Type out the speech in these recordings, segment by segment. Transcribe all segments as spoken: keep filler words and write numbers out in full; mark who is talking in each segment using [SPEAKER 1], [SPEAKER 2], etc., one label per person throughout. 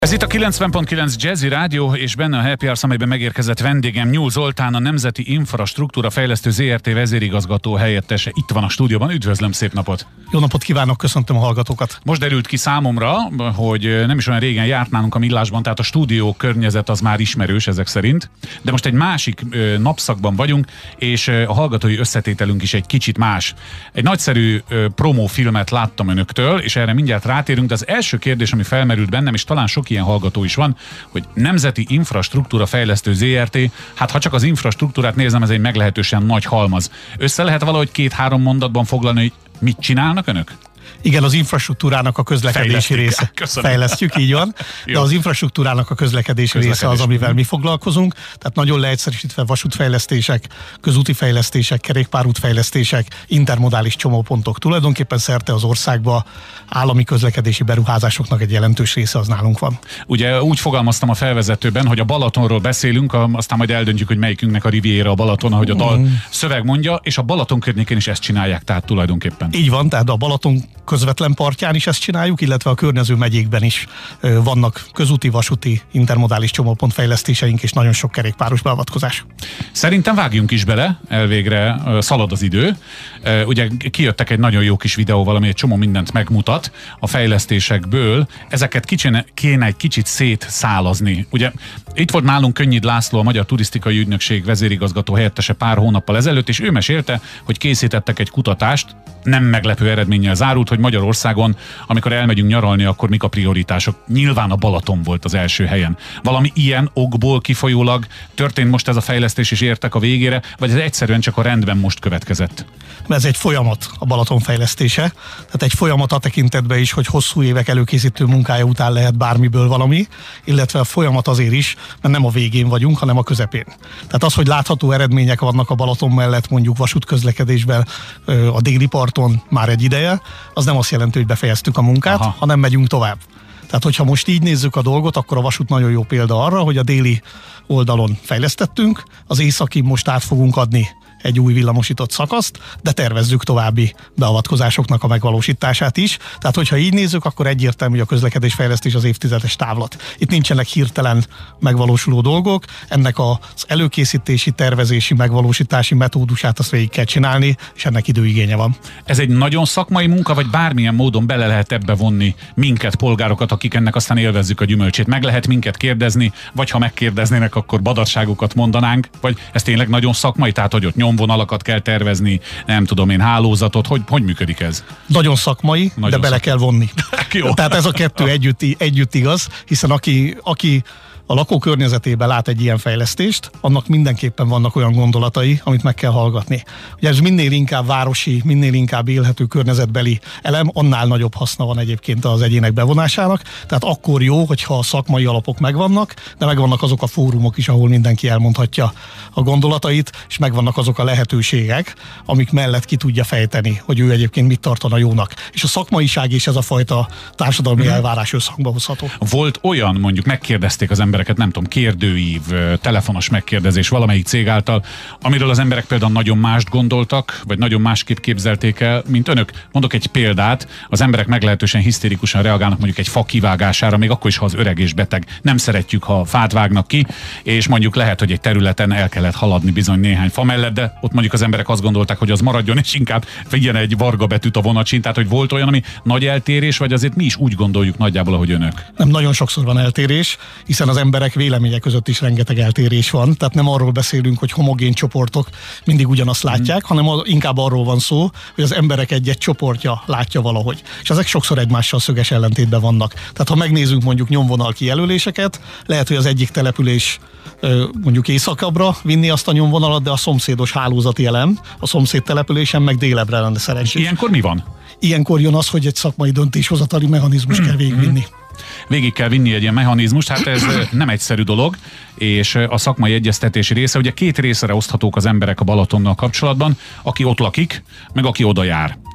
[SPEAKER 1] Ez itt a kilencven pont kilenc Jazzy Rádió, és benne a Happy Hours, amelyben megérkezett vendégem Nyúl Zoltán, a Nemzeti Infrastruktúra Fejlesztő zé er té vezérigazgató helyettese. Itt van a stúdióban, üdvözlöm, szép napot!
[SPEAKER 2] Jó napot kívánok, köszöntöm a hallgatókat!
[SPEAKER 1] Most derült ki számomra, hogy nem is olyan régen járt nálunk a Millásban, tehát a stúdió környezet az már ismerős ezek szerint, de most egy másik napszakban vagyunk, és a hallgatói összetételünk is egy kicsit más. Egy nagyszerű promófilmet láttam önöktől, és erre mindjárt rátérünk, de az első kérdés, ami felmerült bennem, és talán sok ilyen hallgató is van, hogy Nemzeti Infrastruktúra Fejlesztő zé er té, hát ha csak az infrastruktúrát nézem, ez egy meglehetősen nagy halmaz. Össze lehet valahogy két-három mondatban foglalni, hogy mit csinálnak önök?
[SPEAKER 2] Igen, az infrastruktúrának a közlekedési Fejlesztjük. része. Köszönöm. Fejlesztjük, így van. De az infrastruktúrának a közlekedési Közlekedés. része az, amivel mi foglalkozunk. Tehát nagyon leegyszerűsítve vasútfejlesztések, közúti fejlesztések, kerékpárútfejlesztések, intermodális csomópontok. Tulajdonképpen szerte az országba állami közlekedési beruházásoknak egy jelentős része az nálunk van.
[SPEAKER 1] Ugye úgy fogalmaztam a felvezetőben, hogy a Balatonról beszélünk, aztán majd eldöntjük, hogy melyikünknek a Riviera a Balaton, ahogy a dal mm. szöveg mondja, és a Balaton környékén is ezt csinálják, tehát tulajdonképpen.
[SPEAKER 2] Így van, tehát a Balaton közvetlen partján is ezt csináljuk, illetve a környező megyékben is vannak közúti, vasúti, intermodális csomópont fejlesztéseink és nagyon sok kerékpáros beavatkozás.
[SPEAKER 1] Szerintem vágjunk is bele, elvégre szalad az idő. Ugye kijöttek egy nagyon jó kis videóval, ami egy csomó mindent megmutat a fejlesztésekből. Ezeket kicsene, kéne egy kicsit szétszálazni. Ugye itt volt nálunk Könnyid László, a Magyar Turisztikai Ügynökség vezérigazgató helyettese pár hónappal ezelőtt, és ő mesélte, hogy készítettek egy kutatást, nem meglepő eredménnyel zárult, hogy Magyarországon, amikor elmegyünk nyaralni, akkor mik a prioritások. Nyilván a Balaton volt az első helyen. Valami ilyen okból kifolyólag történt most ez a fejlesztés, és értek a végére, vagy ez egyszerűen csak a rendben most következett?
[SPEAKER 2] Ez egy folyamat, a Balaton fejlesztése. Tehát egy folyamat a tekintetben is, hogy hosszú évek előkészítő munkája után lehet bármiből valami, illetve a folyamat azért is, mert nem a végén vagyunk, hanem a közepén. Tehát az, hogy látható eredmények vannak a Balaton mellett, mondjuk vasútközlekedésben, a déli parton már egy ideje, az nem azt jelenti, hogy befejeztük a munkát, Aha. hanem megyünk tovább. Tehát, hogyha most így nézzük a dolgot, akkor a vasút nagyon jó példa arra, hogy a déli oldalon fejlesztettünk, az északi most át fogunk adni egy új villamosított szakaszt, de tervezzük további beavatkozásoknak a megvalósítását is. Tehát, hogyha így nézzük, akkor egyértelmű, hogy a közlekedésfejlesztés az évtizedes távlat. Itt nincsenek hirtelen megvalósuló dolgok, ennek az előkészítési, tervezési, megvalósítási metódusát azt végig kell csinálni, és ennek időigénye van.
[SPEAKER 1] Ez egy nagyon szakmai munka, vagy bármilyen módon bele lehet ebbe vonni minket, polgárokat, akik ennek aztán élvezzük a gyümölcsét? Meg lehet minket kérdezni, vagy ha megkérdeznének, akkor badarságokat mondanánk, vagy ez tényleg nagyon szakmai, tehát hogy ott nyomvonalakat kell tervezni, nem tudom én, hálózatot, hogy, hogy működik ez?
[SPEAKER 2] Nagyon szakmai, nagyon de bele szak... kell vonni.
[SPEAKER 1] Jó.
[SPEAKER 2] Tehát ez a kettő együtt, együtt igaz, hiszen aki, aki a lakókörnyezetében lát egy ilyen fejlesztést, annak mindenképpen vannak olyan gondolatai, amit meg kell hallgatni. Ugye ez minél inkább városi, minél inkább élhető környezetbeli elem, annál nagyobb haszna van egyébként az egyének bevonásának. Tehát akkor jó, hogyha a szakmai alapok megvannak, de megvannak azok a fórumok is, ahol mindenki elmondhatja a gondolatait, és megvannak azok a lehetőségek, amik mellett ki tudja fejteni, hogy ő egyébként mit tartana jónak. És a szakmaiság és ez a fajta társadalmi hmm. elvárás összhangba hozható.
[SPEAKER 1] Volt olyan, mondjuk megkérdezték az embereket, nem tudom, kérdőív, telefonos megkérdezés valamelyik cég által, amiről az emberek például nagyon mást gondoltak, vagy nagyon másképp képzelték el, mint önök. Mondok egy példát, az emberek meglehetősen hisztérikusan reagálnak mondjuk egy fa kivágására, még akkor is, ha az öreg és beteg. Nem szeretjük, ha fát vágnak ki, és mondjuk lehet, hogy egy területen el kellett haladni bizony néhány fa mellett, de ott mondjuk az emberek azt gondolták, hogy az maradjon, és inkább vigyen egy varga betűt a vonatsin. Tehát, hogy volt olyan, ami nagy eltérés, vagy azért mi is úgy gondoljuk nagyjából, ahogy önök?
[SPEAKER 2] Nem, nagyon sokszor van eltérés, hiszen az emberek vélemények között is rengeteg eltérés van. Tehát nem arról beszélünk, hogy homogén csoportok mindig ugyanazt látják, mm. hanem inkább arról van szó, hogy az emberek egy-egy csoportja látja valahogy. És ezek sokszor egymással szöges ellentétben vannak. Tehát ha megnézzünk mondjuk nyomvonal kijelöléseket, lehet, hogy az egyik település mondjuk északabbra vinni azt a nyomvonalat, de a szomszédos hálózati elem, a szomszéd településen meg délebbre lenne szerencsés.
[SPEAKER 1] Ilyenkor mi van?
[SPEAKER 2] Ilyenkor jön az, hogy egy szakmai döntéshozatali mechanizmus kell végigvinni.
[SPEAKER 1] Végig kell vinni egy ilyen mechanizmust, hát ez nem egyszerű dolog, és a szakmai egyeztetési része, ugye két részre oszthatók az emberek a Balatonnal kapcsolatban, aki ott lakik, meg aki oda jár.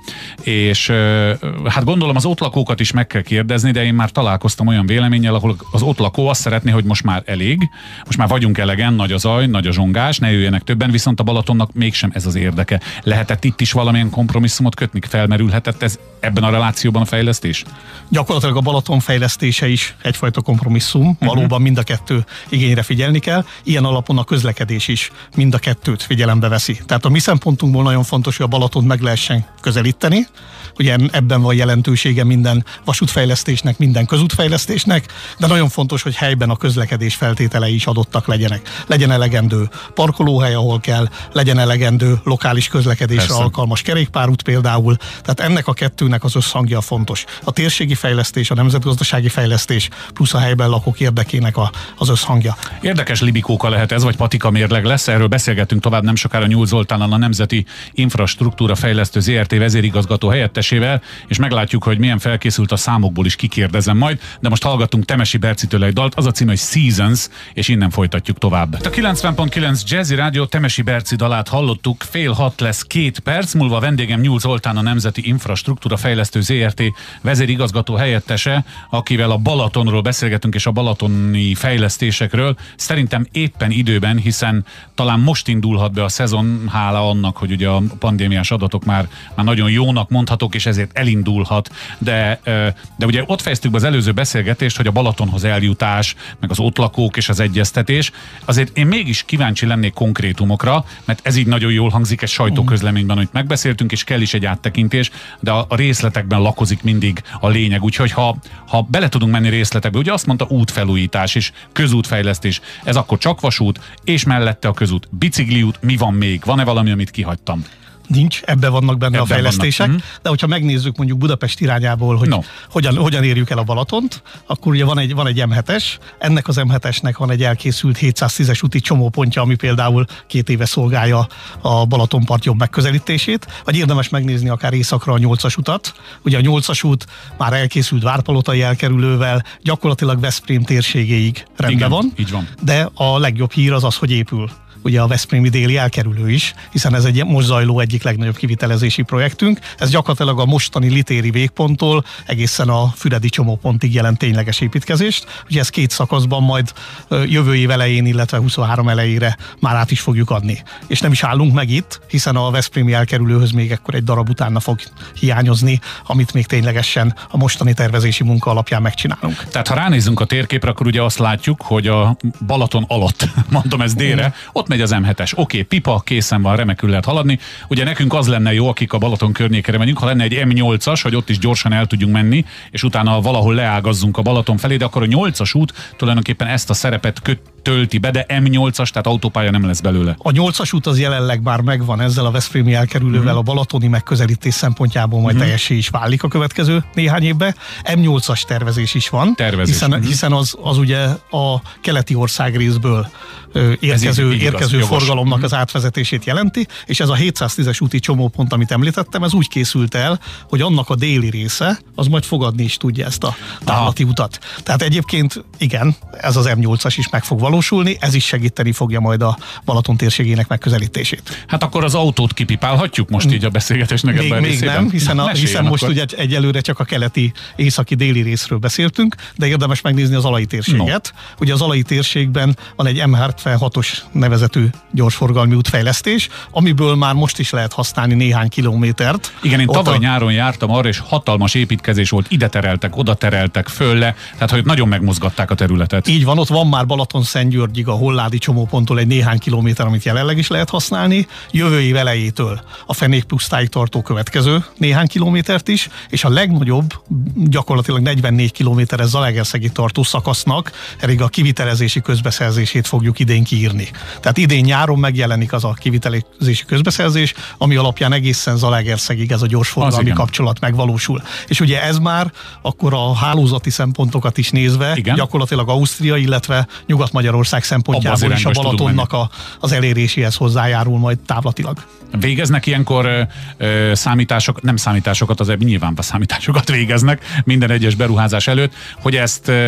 [SPEAKER 1] és hát gondolom az ott lakókat is meg kell kérdezni, de én már találkoztam olyan véleménnyel, ahol az ott lakó azt szeretné, hogy most már elég, most már vagyunk elegen, nagy a zaj, nagy a zsongás, ne jöjjenek többen, viszont a Balatonnak mégsem ez az érdeke. Lehetett itt is valamilyen kompromisszumot kötni? Felmerülhetett ez ebben a relációban a fejlesztés?
[SPEAKER 2] Gyakorlatilag a Balaton fejlesztése is egyfajta kompromisszum, uh-huh. valóban mind a kettő igényre figyelni kell, ilyen alapon a közlekedés is mind a kettőt figyelembe veszi. Tehát a mi szempontunkból nagyon fontos, hogy a Balatont meg lehessen közelíteni, ugye ebben van jelentősége minden vasútfejlesztésnek, minden közútfejlesztésnek, de nagyon fontos, hogy helyben a közlekedés feltételei is adottak legyenek. Legyen elegendő parkolóhely, ahol kell, legyen elegendő lokális közlekedésre Persze. alkalmas kerékpárút például, tehát ennek a kettőnek az összhangja fontos. A térségi fejlesztés, a nemzetgazdasági fejlesztés plusz a helyben lakók érdekének a, az összhangja.
[SPEAKER 1] Érdekes libikóka lehet ez, vagy patika mérleg lesz, erről beszélgetünk tovább nem sokára Nyúl Zoltánnal, a Nemzeti Infrastruktúra Fejlesztő zé er té vezérigazgató helyettesével, és meglátjuk, hogy milyen felkészült a számokból is kikérdezem majd, de most hallgattunk Temesi Bercitől egy dalt, az a cím, hogy Seasons, és innen folytatjuk tovább. A kilencven pont kilenc Jazzy Rádió Temesi Berci dalát hallottuk, fél hat lesz két perc múlva, a vendégem Nyúl Zoltán, a Nemzeti Infrastruktúra Fejlesztő zé er té vezérigazgató helyettese, akivel a Balatonról beszélgetünk és a balatoni fejlesztésekről. Szerintem éppen időben, hiszen talán most indulhat be a szezon, hála annak, hogy ugye a pandémiás adatok már, már nagyon jónak mondhatók, és ezért elindulhat. De, de ugye ott fejeztük be az előző beszélgetést, hogy a Balatonhoz eljutás, meg az ott lakók és az egyeztetés. Azért én mégis kíváncsi lennék konkrétumokra, mert ez így nagyon jól hangzik egy sajtóközleményben, amit megbeszéltünk, és kell is egy áttekintés, de a, a részletekben lakozik mindig a lényeg. Úgyhogy ha, ha bele tudunk menni részletekbe, ugye azt mondta útfelújítás és közútfejlesztés, ez akkor csak vasút, és mellette a közút, bicikliút, mi van még? Van-e valami, amit kihagytam?
[SPEAKER 2] Nincs, ebbe vannak benne
[SPEAKER 1] ebben
[SPEAKER 2] a fejlesztések,
[SPEAKER 1] vannak.
[SPEAKER 2] de hogyha megnézzük mondjuk Budapest irányából, hogy no. hogyan, hogyan érjük el a Balatont, akkor ugye van egy, van egy em hetes, ennek az em hetesnek van egy elkészült hétszáztízes úti csomópontja, ami például két éve szolgálja a Balatonpart jobb megközelítését, vagy érdemes megnézni akár északra a nyolcas utat. Ugye a nyolcas út már elkészült Várpalotai elkerülővel, gyakorlatilag Veszprém térségéig rendben
[SPEAKER 1] Igen,
[SPEAKER 2] van,
[SPEAKER 1] így van,
[SPEAKER 2] de a legjobb hír az az, hogy épül. Ugye a veszprémi déli elkerülő is, hiszen ez egy most zajló egyik legnagyobb kivitelezési projektünk. Ez gyakorlatilag a mostani litéri végponttól egészen a füredi csomópontig jelent tényleges építkezést. Ugye ez két szakaszban majd jövő év elején, illetve huszonhárom elejére már át is fogjuk adni. És nem is állunk meg itt, hiszen a veszprémi elkerülőhöz még ekkor egy darab utána fog hiányozni, amit még ténylegesen a mostani tervezési munka alapján megcsinálunk.
[SPEAKER 1] Tehát ha ránézzünk a térképre, akkor ugye azt látjuk, hogy a Balaton alatt, mondom ez délre, ott megy az em hetes. Oké, okay, pipa, készen van, remekül lehet haladni. Ugye nekünk az lenne jó, akik a Balaton környékére megyünk, ha lenne egy em nyolcas, hogy ott is gyorsan el tudjunk menni, és utána valahol leágazzunk a Balaton felé, de akkor a nyolcas út tulajdonképpen ezt a szerepet köt, tölti be, de em nyolcas, tehát autópálya nem lesz belőle.
[SPEAKER 2] A nyolcas út az jelenleg már megvan, ezzel a veszprémi elkerülővel mm. a balatoni megközelítés szempontjából majd mm. teljessé is válik a következő néhány évben. em nyolcas tervezés is van,
[SPEAKER 1] tervezés.
[SPEAKER 2] hiszen, hiszen az, az ugye a keleti országrészből érkező, így, érkező igaz, forgalomnak az átvezetését jelenti, és ez a hétszáztízes úti csomópont, amit említettem, ez úgy készült el, hogy annak a déli része, az majd fogadni is tudja ezt a távlati Aha. utat. Tehát egyébként igen, ez az em nyolcas is meg fog valósulni, ez is segíteni fogja majd a Balaton térségének megközelítését.
[SPEAKER 1] Hát akkor az autót kipipálhatjuk most így a beszélgetésnek
[SPEAKER 2] még,
[SPEAKER 1] ebben
[SPEAKER 2] még nem, hiszen, a, hiszen most ugye egyelőre csak a keleti, északi, déli részről beszéltünk, de érdemes megnézni az alai térséget. No. Ugye az alai térségben van egy em hetvenhatos nevezetű gyorsforgalmi útfejlesztés, amiből már most is lehet használni néhány kilométert.
[SPEAKER 1] Igen, én tavaly
[SPEAKER 2] a...
[SPEAKER 1] nyáron jártam arra, és hatalmas építkezés volt, ide tereltek, oda tereltek, fölle, tehát hogy nagyon megmozgatták a területet.
[SPEAKER 2] Így van, ott van már Balatonszentgyörgyig a Holládi csomóponttól egy néhány kilométer, amit jelenleg is lehet használni. Jövő év elejétől a Fenékpusztáig tartó következő néhány kilométert is, és a legnagyobb, gyakorlatilag negyvennégy kilométeres Zalaegerszegi tartó szakasznak elég a kivitelezési közbeszerzését fogjuk idén kiírni. Tehát idén nyáron megjelenik az a kivitelezési közbeszerzés, ami alapján egészen Zalaegerszegig ez a gyorsforgalmi kapcsolat megvalósul. És ugye ez már akkor a hálózati szempontokat is nézve, igen, gyakorlatilag Ausztria, illetve Nyugat-Magyarország szempontjából is a Balatonnak a, az eléréséhez hozzájárul majd távlatilag.
[SPEAKER 1] Végeznek ilyenkor ö, ö, számítások, nem számításokat, azért nyilván számításokat végeznek minden egyes beruházás előtt, hogy ezt ö,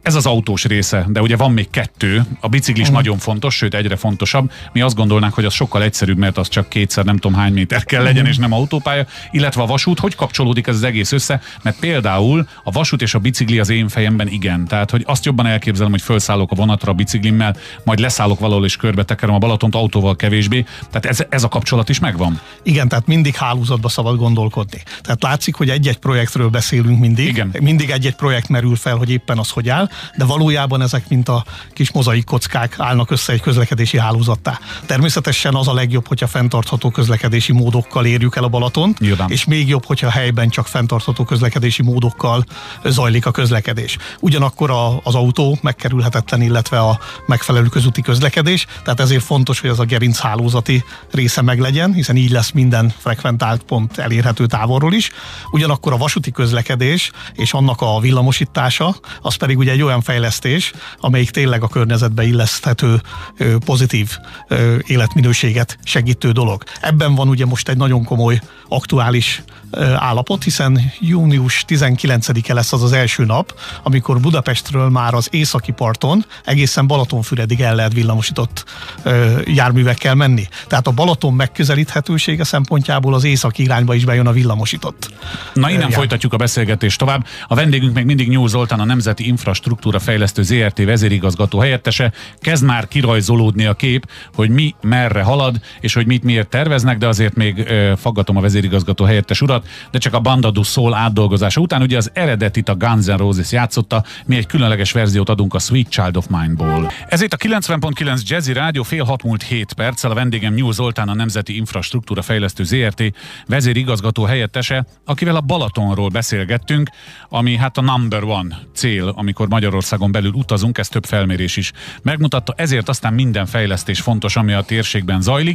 [SPEAKER 1] Ez az autós része, de ugye van még kettő. A biciklis uh-huh. nagyon fontos, sőt egyre fontosabb. Mi azt gondolnánk, hogy az sokkal egyszerűbb, mert az csak kétszer nem tudom hány méter kell legyen, uh-huh. és nem autópálya. Illetve a vasút, hogy kapcsolódik ez az egész össze? Mert például a vasút és a bicikli az én fejemben igen. Tehát, hogy azt jobban elképzelem, hogy felszállok a vonatra a biciklimmel, majd leszállok valahol és körbe tekerem a Balatont, autóval kevésbé. Tehát ez, ez a kapcsolat is megvan.
[SPEAKER 2] Igen, tehát mindig hálózatba szabad gondolkodni. Tehát látszik, hogy egy-egy projektről beszélünk mindig. Igen. Mindig egy-egy projekt merül fel, hogy éppen az hogy áll, de valójában ezek mint a kis mozaik kockák állnak össze egy közlekedési hálózattá. Természetesen az a legjobb, hogyha fenntartható közlekedési módokkal érjük el a Balatont, nyilván. És még jobb, hogyha helyben csak fenntartható közlekedési módokkal zajlik a közlekedés. Ugyanakkor a, az autó megkerülhetetlen, illetve a megfelelő közúti közlekedés, tehát ezért fontos, hogy az a gerinchálózati része meglegyen, hiszen így lesz minden frekventált pont elérhető távolról is. Ugyanakkor a vasúti közlekedés és annak a villamosítása, az pedig ugye egy olyan fejlesztés, amelyik tényleg a környezetbe illeszthető pozitív életminőséget segítő dolog. Ebben van ugye most egy nagyon komoly aktuális állapot, hiszen június tizenkilencedike lesz az az első nap, amikor Budapestről már az északi parton egészen Balatonfüredig el lehet villamosított járművekkel menni. Tehát a Balaton megközelíthetősége szempontjából az északi irányba is bejön a villamosított.
[SPEAKER 1] Na innen jármű. Folytatjuk a beszélgetést tovább. A vendégünk még mindig Nyúl Zoltán, a Nemzeti Infrastruktúra Fejlesztő zé er té vezérigazgató helyettese. Kezd már kirajzolódni a kép, hogy mi merre halad, és hogy mit miért terveznek, de azért még ö, faggatom a vezérigazgató helyettes urat, de csak a Banda do Soul átdolgozása után, ugye az eredetit a Guns N' Roses játszotta, mi egy különleges verziót adunk a Sweet Child of Mine-ból. Ez itt a kilencven pont kilenc Jazzy Rádió, fél hat múlt hét perccel, a vendégem Nyúl Zoltán, a Nemzeti Infrastruktúra Fejlesztő zé er té vezérigazgató helyettese, akivel a Balatonról beszélgettünk, ami hát a number one cél, amikor Magyarországon belül utazunk, ez több felmérés is megmutatta, ezért aztán minden fejlesztés fontos, ami a térségben zajlik.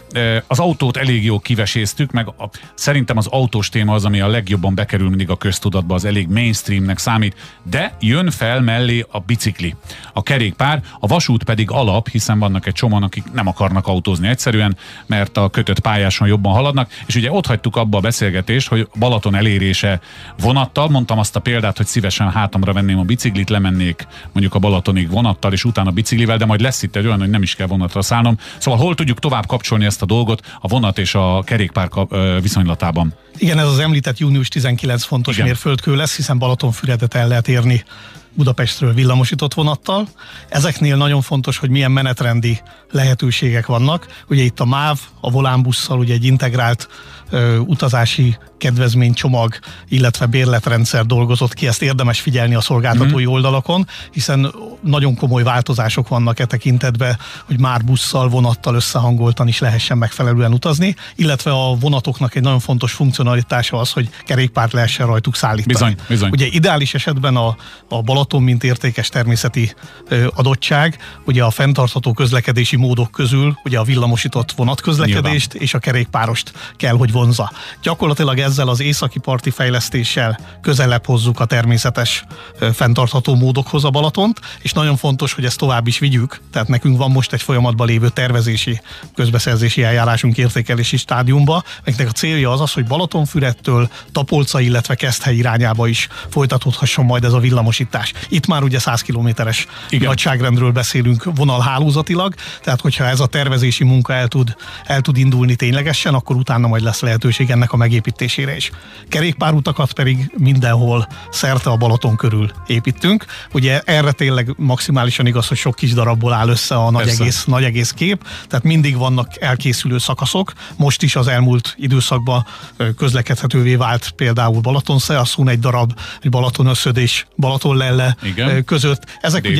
[SPEAKER 1] Az autót elég jó kiveséztük, meg a, szerintem az autós téma az, ami a legjobban bekerül mindig a köztudatba, az elég mainstreamnek számít, de jön fel mellé a bicikli, a kerékpár, a vasút pedig alap, hiszen vannak egy csomóan, akik nem akarnak autózni egyszerűen, mert a kötött pályáson jobban haladnak, és ugye ott hagytuk abba a beszélgetést, hogy Balaton elérése vonattal, mondtam azt a példát, hogy szívesen hátamra venném a biciklit, lemennék mondjuk a Balatonig vonattal, és utána biciklivel, de majd lesz itt egy olyan, hogy nem is kell vonatra szállnom. Szóval hol tudjuk tovább kapcsolni ezt a dolgot a vonat és a kerékpár viszonylatában?
[SPEAKER 2] Igen, ez az említett június tizenkilenc fontos Igen. mérföldkő lesz, hiszen Balatonfüredet el lehet érni Budapestről villamosított vonattal. Ezeknél nagyon fontos, hogy milyen menetrendi lehetőségek vannak. Ugye itt a MÁV, a volánbusszal ugye egy integrált ö, utazási kedvezménycsomag, illetve bérletrendszer dolgozott ki, ezt érdemes figyelni a szolgáltatói mm. oldalakon, hiszen nagyon komoly változások vannak e tekintetben, hogy már busszal, vonattal összehangoltan is lehessen megfelelően utazni, illetve a vonatoknak egy nagyon fontos funkcionalitása az, hogy kerékpárt lehessen rajtuk szállítani.
[SPEAKER 1] Bizony, bizony.
[SPEAKER 2] Ugye ideális esetben a, a Balaton, mint értékes természeti ö, adottság, ugye a fenntartható közlekedési módok közül ugye a villamosított vonatközlekedést Nyilván. és a kerékpárost kell, hogy vonzza. Gyakorlatilag ezzel az északi parti fejlesztéssel közelebb hozzuk a természetes fenntartható módokhoz a Balatont, és nagyon fontos, hogy ezt tovább is vigyük, tehát nekünk van most egy folyamatban lévő tervezési, közbeszerzési eljárásunk értékelési stádiumba, melynek a célja az az, hogy Balatonfüredtől Tapolca, illetve Keszthely irányába is folytatódhasson majd ez a villamosítás. Itt már ugye száz kilométeres nagyságrendről beszélünk vonalhálózatilag, tehát hogyha ez a tervezési munka el tud, el tud indulni ténylegesen, akkor utána majd lesz lehetőség ennek a megépítésére is. Kerékpárutakat pedig mindenhol szerte a Balaton körül építünk. Ugye erre tényleg maximálisan igaz, hogy sok kis darabból áll össze a nagy egész, nagy egész kép, tehát mindig vannak elkészülő szakaszok. Most is az elmúlt időszakban közlekedhetővé vált például Balatonszerszún egy darab, egy Balatonösszöd és Balatonlelle között. Ezek Déli ugye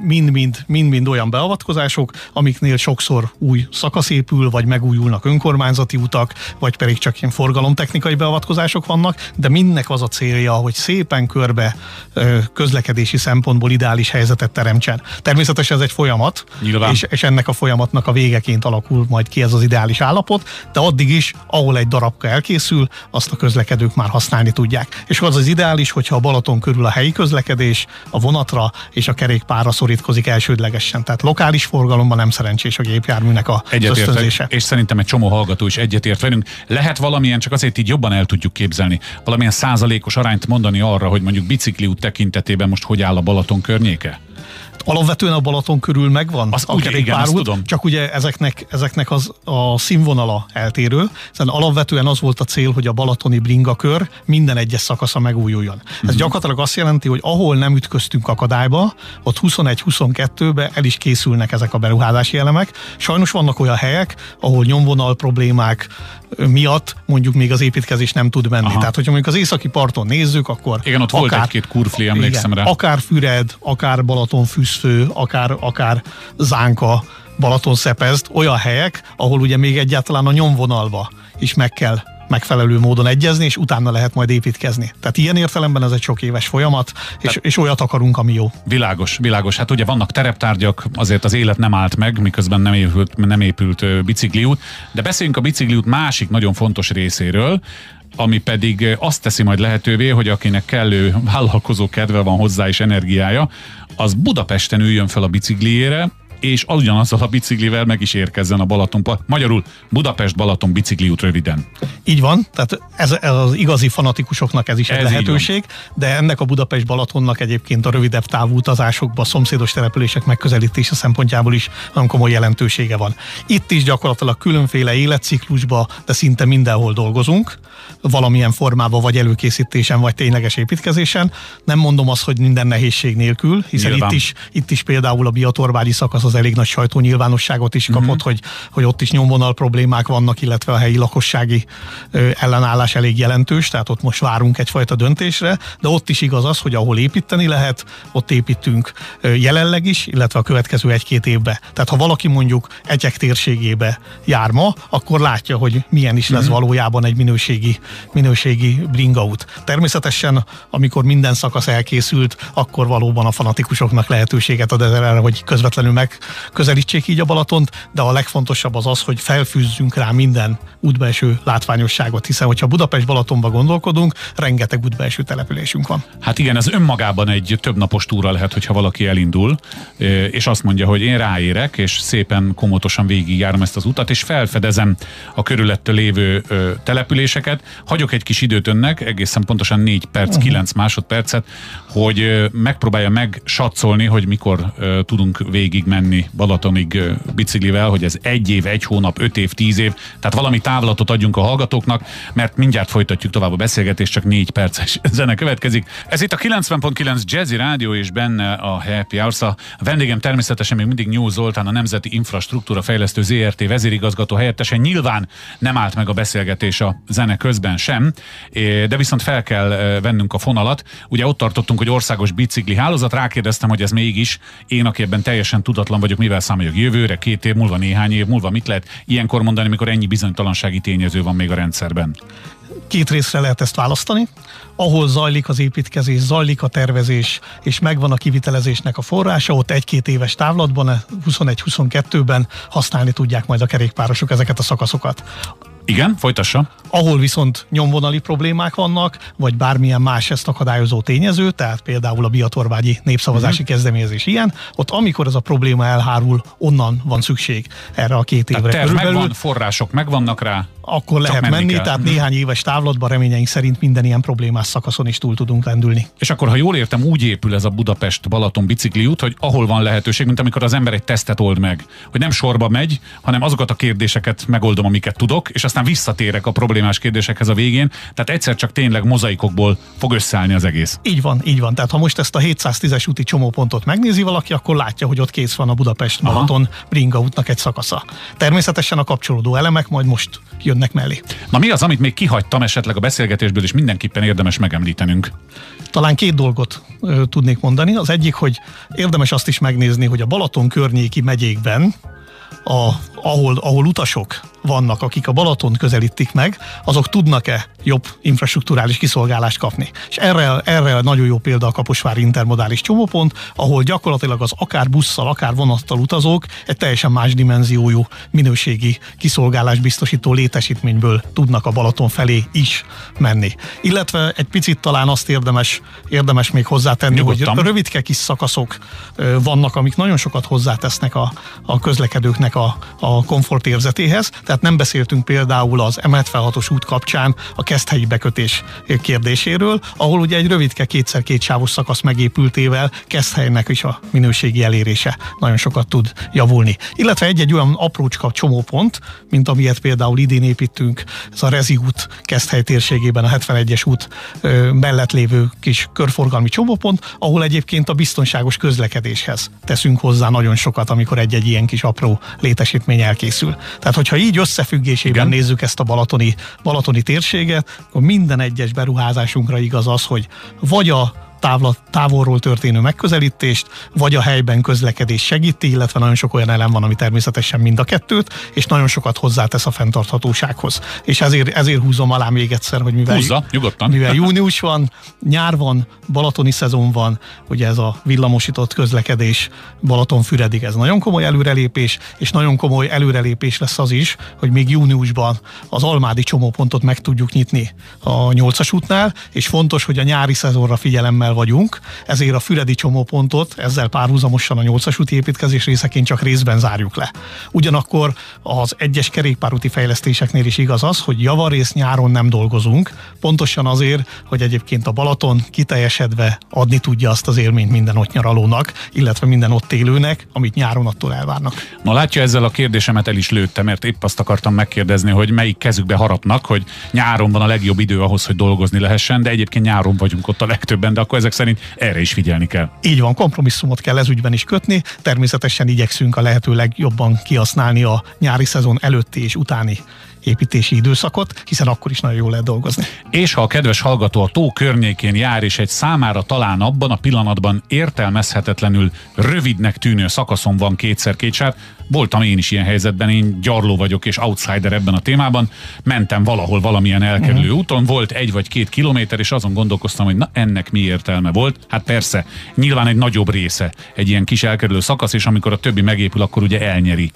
[SPEAKER 2] mind-mind olyan beavatkozások, amiknél sokszor új szakasz épül, vagy megújulnak önkormányzati utak, vagy pedig csak ilyen forgalomtechnikai beavatkozások vannak, de mindnek az a célja, hogy szépen körbe közlekedési szempontból ideális helyzetet teremtsen. Természetesen ez egy folyamat, és, és ennek a folyamatnak a végeként alakul majd ki ez az ideális állapot, de addig is, ahol egy darabka elkészül, azt a közlekedők már használni tudják. És az az ideális, hogyha a Balaton körül a helyi közlekedés a vonatra és a kerékpárra szorítkozik elsődlegesen. Tehát lokális forgalomban nem szerencsés a gépjárműnek a ösztönzése.
[SPEAKER 1] És szerintem egy csomó hallgató is egyetért velünk. Lehet valamilyen, csak azért így jobban jobban el tudjuk képzelni. Valamilyen százalékos arányt mondani arra, hogy mondjuk bicikliút tekintetében most hogy áll a Balaton környéke?
[SPEAKER 2] Alapvetően a Balaton körül megvan
[SPEAKER 1] az,
[SPEAKER 2] a
[SPEAKER 1] ugye,
[SPEAKER 2] kerékpárút, csak ugye ezeknek, ezeknek az, a színvonala eltérő, hiszen alapvetően az volt a cél, hogy a balatoni bringakör minden egyes szakasza megújuljon. Ez uh-huh. gyakorlatilag azt jelenti, hogy ahol nem ütköztünk akadályba, ott huszonegy huszonkettőben el is készülnek ezek a beruházási elemek. Sajnos vannak olyan helyek, ahol nyomvonal problémák miatt mondjuk még az építkezés nem tud menni. Aha. Tehát, hogyha mondjuk az északi parton nézzük, akkor
[SPEAKER 1] igen, ott akár, volt egy-két kurfli, emlékszem
[SPEAKER 2] igen,
[SPEAKER 1] rá.
[SPEAKER 2] Akár Füred, akár Balatonfüszfő, akár, akár Zánka, Balatonszepezd, olyan helyek, ahol ugye még egyáltalán a nyomvonalba is meg kell megfelelő módon egyezni, és utána lehet majd építkezni. Tehát ilyen értelemben ez egy sok éves folyamat, és, és olyat akarunk, ami jó.
[SPEAKER 1] Világos, világos. Hát ugye vannak tereptárgyak, azért az élet nem állt meg, miközben nem épült, nem épült bicikliút, de beszéljünk a bicikliút másik nagyon fontos részéről, ami pedig azt teszi majd lehetővé, hogy akinek kellő vállalkozó kedve van hozzá és energiája, az Budapesten üljön fel a bicikliére, és ugyanazzal a biciklivel meg is érkezzen a Balatonpa. Magyarul Budapest-Balaton bicikliút röviden.
[SPEAKER 2] Így van, tehát ez, ez az igazi fanatikusoknak ez is egy ez lehetőség, de ennek a Budapest-Balatonnak egyébként a rövidebb távú utazásokban, szomszédos települések megközelítése szempontjából is nagyon komoly jelentősége van. Itt is gyakorlatilag különféle életciklusba, de szinte mindenhol dolgozunk, valamilyen formában, vagy előkészítésen, vagy tényleges építkezésen. Nem mondom azt, hogy minden nehézség nélkül, hiszen itt is, itt is például a Biatorvágyi szakasz az elég nagy sajtónyilvánosságot is kapott, mm-hmm. hogy, hogy ott is nyomvonal problémák vannak, illetve a helyi lakossági ö, ellenállás elég jelentős, tehát ott most várunk egyfajta döntésre, de ott is igaz az, hogy ahol építeni lehet, ott építünk ö, jelenleg is, illetve a következő egy-két évbe. Tehát ha valaki mondjuk Egyek térségébe jár ma, akkor látja, hogy milyen is lesz mm-hmm. valójában egy minőségi, minőségi bringaút. Természetesen, amikor minden szakasz elkészült, akkor valóban a fanatikusoknak lehetőséget ad erre, hogy közvetlenül meg közelítsék így a Balatont, de a legfontosabb az az, hogy felfűzzünk rá minden útbelső látványosságot, hiszen hogyha Budapest-Balatonba gondolkodunk, rengeteg útbelső településünk van.
[SPEAKER 1] Hát igen, ez önmagában egy több napos túra lehet, hogyha valaki elindul, és azt mondja, hogy én ráérek, és szépen komotosan végigjárom ezt az utat, és felfedezem a körülötte lévő településeket. Hagyok egy kis időt önnek, egészen pontosan négy perc, uh-huh. kilenc másodpercet, hogy megpróbálja megsatszolni, hogy mikor tudunk végig menni Balatonig biciklivel, hogy ez egy év, egy hónap, öt év, tíz év, tehát valami távlatot adjunk a hallgatóknak, mert mindjárt folytatjuk tovább a beszélgetést, csak négy perces zene következik. Ez itt a kilencven pont kilenc Jazzy Rádió, és benne a Happy Hours. A vendégem természetesen még mindig Nyúl Zoltán, a Nemzeti Infrastruktúra Fejlesztő zé er té vezérigazgató helyettese. Nyilván nem állt meg a beszélgetés a zene közben sem, de viszont fel kell vennünk a fonalat. Ugye ott tartottunk, hogy országos bicikli hálózat, rákérdeztem, hogy ez mégis, én, aki ebben teljesen tudatlan vagyok, mivel számoljak jövőre, két év múlva, néhány év múlva, mit lehet ilyenkor mondani, mikor ennyi bizonytalansági tényező van még a rendszerben?
[SPEAKER 2] Két részre lehet ezt választani. Ahol zajlik az építkezés, zajlik a tervezés, és megvan a kivitelezésnek a forrása, ott egy-két éves távlatban, huszonegy huszonkettőben használni tudják majd a kerékpárosok ezeket a szakaszokat.
[SPEAKER 1] Igen, folytassa.
[SPEAKER 2] Ahol viszont nyomvonali problémák vannak, vagy bármilyen más ezt akadályozó tényező, tehát például a Biatorvágyi népszavazási uh-huh. kezdeményezés ilyen, ott amikor ez a probléma elhárul, onnan van szükség erre a két évre.
[SPEAKER 1] Tehát terv megvan, források megvannak rá,
[SPEAKER 2] akkor lehet menni, kell. Tehát néhány éves távlatban reményeink szerint minden ilyen problémás szakaszon is túl tudunk lendülni.
[SPEAKER 1] És akkor, ha jól értem, úgy épül ez a Budapest-Balaton bicikliút, hogy ahol van lehetőség, mint amikor az ember egy tesztet old meg, hogy nem sorba megy, hanem azokat a kérdéseket megoldom, amiket tudok, és aztán visszatérek a problémás kérdésekhez a végén, tehát egyszer csak tényleg mozaikokból fog összeállni az egész.
[SPEAKER 2] Így van, így van. Tehát ha most ezt a hétszáztízes úti csomópontot megnézi valaki, akkor látja, hogy ott kész van a Budapest-Balaton bringaútnak egy szakasza. Természetesen a kapcsolódó elemek majd most jönnek mellé.
[SPEAKER 1] Na mi az, amit még kihagytam esetleg a beszélgetésből, és mindenképpen érdemes megemlítenünk?
[SPEAKER 2] Talán két dolgot ö, tudnék mondani. Az egyik, hogy érdemes azt is megnézni, hogy a Balaton környéki megyékben, a, ahol, ahol utasok vannak, akik a Balatont közelítik meg, azok tudnak-e jobb infrastrukturális kiszolgálást kapni. És erre, erre nagyon jó példa a Kaposvári intermodális csomópont, ahol gyakorlatilag az akár busszal, akár vonattal utazók egy teljesen más dimenziójú minőségi kiszolgálást biztosító létesítményből tudnak a Balaton felé is menni. Illetve egy picit talán azt érdemes, érdemes még hozzátenni, Nyugodtan. hogy rövidke kis szakaszok vannak, amik nagyon sokat hozzátesznek a, a közlekedőknek a, a komfortérzetéhez. Tehát Tehát nem beszéltünk például az em hetvenhatos út kapcsán a keszthelyi bekötés kérdéséről, ahol ugye egy rövidke kétszer két sávos szakasz megépültével Keszthelynek is a minőségi elérése nagyon sokat tud javulni. Illetve egy-egy olyan aprócska csomópont, mint amilyet például idén építünk, ez a Rezi út Keszthely térségében, a hetvenegyes út mellett lévő kis körforgalmi csomópont, ahol egyébként a biztonságos közlekedéshez teszünk hozzá nagyon sokat, amikor egy-egy ilyen kis apró létesítmény elkészül. Tehát, hogyha így összefüggésében Igen. nézzük ezt a balatoni, balatoni térséget, akkor minden egyes beruházásunkra igaz az, hogy vagy a Távlat, távolról történő megközelítést, vagy a helyben közlekedés segíti, illetve nagyon sok olyan elem van, ami természetesen mind a kettőt, és nagyon sokat hozzátesz a fenntarthatósághoz. És ezért, ezért húzom alá még egyszer, hogy mivel,
[SPEAKER 1] Húzza, nyugodtan.
[SPEAKER 2] mivel június van, nyár van, balatoni szezon van, ugye ez a villamosított közlekedés Balatonfüredig, ez nagyon komoly előrelépés, és nagyon komoly előrelépés lesz az is, hogy még júniusban az almádi csomópontot meg tudjuk nyitni a nyolcas útnál, és fontos, hogy a nyári szezonra figyelemmel vagyunk, ezért a füredi csomópontot ezzel párhuzamosan a nyolcas úti építkezés részeként csak részben zárjuk le. Ugyanakkor az egyes kerékpárúti fejlesztéseknél is igaz az, hogy javarész nyáron nem dolgozunk, pontosan azért, hogy egyébként a Balaton kiteljesedve adni tudja azt az élményt minden ott nyaralónak, illetve minden ott élőnek, amit nyáron attól elvárnak.
[SPEAKER 1] Na látja, ezzel a kérdésemet el is lőtte, mert épp azt akartam megkérdezni, hogy melyik kezükbe harapnak, hogy nyáron van a legjobb idő ahhoz, hogy dolgozni lehessen, de egyébként nyáron vagyunk ott a legtöbben, de akkor ezek szerint erre is figyelni kell.
[SPEAKER 2] Így van, kompromisszumot kell ez ügyben is kötni, természetesen igyekszünk a lehető legjobban kihasználni a nyári szezon előtti és utáni építési időszakot, hiszen akkor is nagyon jól lehet dolgozni.
[SPEAKER 1] És ha a kedves hallgató a tó környékén jár, és egy számára talán abban a pillanatban értelmezhetetlenül rövidnek tűnő szakaszon van kétszer két sáv, voltam én is ilyen helyzetben, én gyarló vagyok és outsider ebben a témában, mentem valahol valamilyen elkerülő uh-huh. úton, volt egy vagy két kilométer, és azon gondolkoztam, hogy na ennek mi értelme volt. Hát persze, nyilván egy nagyobb része egy ilyen kis elkerülő szakasz, és amikor a többi megépül, akkor ugye elnyeri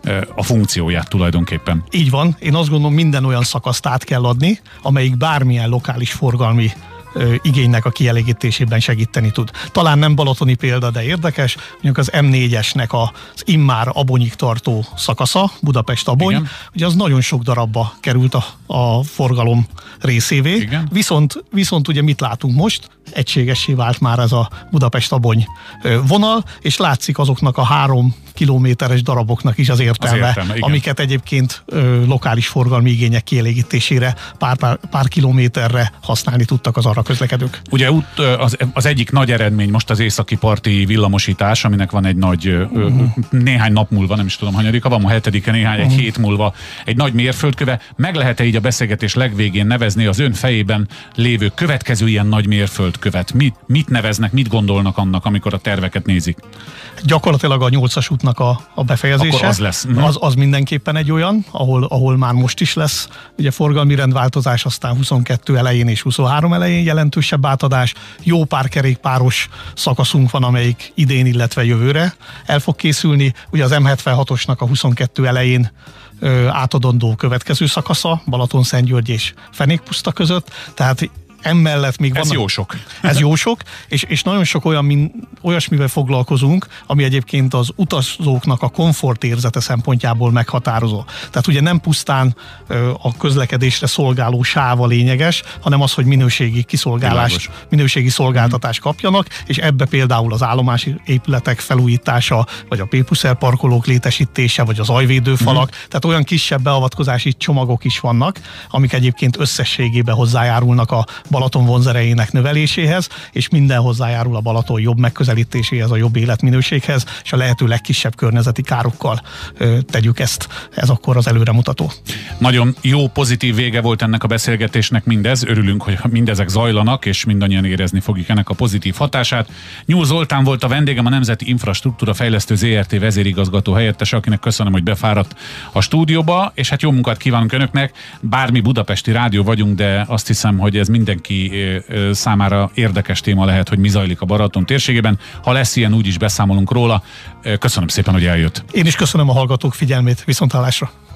[SPEAKER 1] a funkcióját tulajdonképpen.
[SPEAKER 2] Így van, én azt gondolom, minden olyan szakaszt át kell adni, amelyik bármilyen lokális forgalmi igénynek a kielégítésében segíteni tud. Talán nem balatoni példa, de érdekes, mondjuk az em négyesnek az immár Abonyig tartó szakasza, Budapest-Abony, Igen. ugye az nagyon sok darabba került a, a forgalom részévé, Igen. viszont, viszont ugye mit látunk most? Egységessé vált már ez a Budapest-Abony vonal, és látszik azoknak a három kilométeres daraboknak is az értelme, az értelme amiket egyébként ö, lokális forgalmi igények kielégítésére pár, pár, pár kilométerre használni tudtak az arra közlekedők.
[SPEAKER 1] Ugye út, az, az egyik nagy eredmény most az északi parti villamosítás, aminek van egy nagy, uh-huh. néhány nap múlva, nem is tudom, hanyadika van, a hetedike, néhány, uh-huh. egy hét múlva egy nagy mérföldköve. Meg lehet-e így a beszélgetés legvégén nevezni az ön fejében lévő következő ilyen nagy mérföldkövet? Mit, mit neveznek, mit gondolnak annak, amikor a terveket nézik?
[SPEAKER 2] Gyakorlatilag a nyolcas útnak a, a befejezése.
[SPEAKER 1] Akkor az lesz.
[SPEAKER 2] Az, az mindenképpen egy olyan, ahol, ahol már most is lesz ugye forgalmi rendváltozás, aztán huszonkettő elején és huszonhárom elején jelentősebb átadás. Jó pár kerékpáros szakaszunk van, amelyik idén, illetve jövőre el fog készülni. Ugye az em hetvenhatosnak a huszonkettő elején ö, átadandó következő szakasza, Balatonszentgyörgy és Fenékpuszta között, tehát emellett még van.
[SPEAKER 1] Ez jó sok.
[SPEAKER 2] Ez jó sok, és, és nagyon sok olyan, min, olyasmivel foglalkozunk, ami egyébként az utazóknak a komfortérzete szempontjából meghatározó. Tehát ugye nem pusztán ö, a közlekedésre szolgáló sáv a lényeges, hanem az, hogy minőségi kiszolgálás, Világos. minőségi szolgáltatást kapjanak, és ebbe például az állomási épületek felújítása, vagy a P-puszer parkolók létesítése, vagy az ajvédőfalak, mm. tehát olyan kisebb beavatkozási csomagok is vannak, amik egyébként összességében hozzájárulnak a Balaton vonzerejének növeléséhez, és minden hozzájárul a Balaton jobb megközelítéséhez, a jobb életminőséghez, és a lehető legkisebb környezeti károkkal ö, tegyük ezt. Ez akkor az előremutató.
[SPEAKER 1] Nagyon jó, pozitív vége volt ennek a beszélgetésnek mindez. Örülünk, hogy mindezek zajlanak, és mindannyian érezni fogjuk ennek a pozitív hatását. Nyúl Zoltán volt a vendégem, a Nemzeti Infrastruktúra Fejlesztő zé er té vezérigazgató helyettese, akinek köszönöm, hogy befáradt a stúdióba, és hát jó munkát kívánunk önöknek. Bármi budapesti rádió vagyunk, de azt hiszem, hogy ez mindenki számára érdekes téma lehet, hogy mi zajlik a Balaton térségében. Ha lesz ilyen, úgyis beszámolunk róla. Köszönöm szépen, hogy eljött.
[SPEAKER 2] Én is köszönöm a hallgatók figyelmét, viszonthallásra.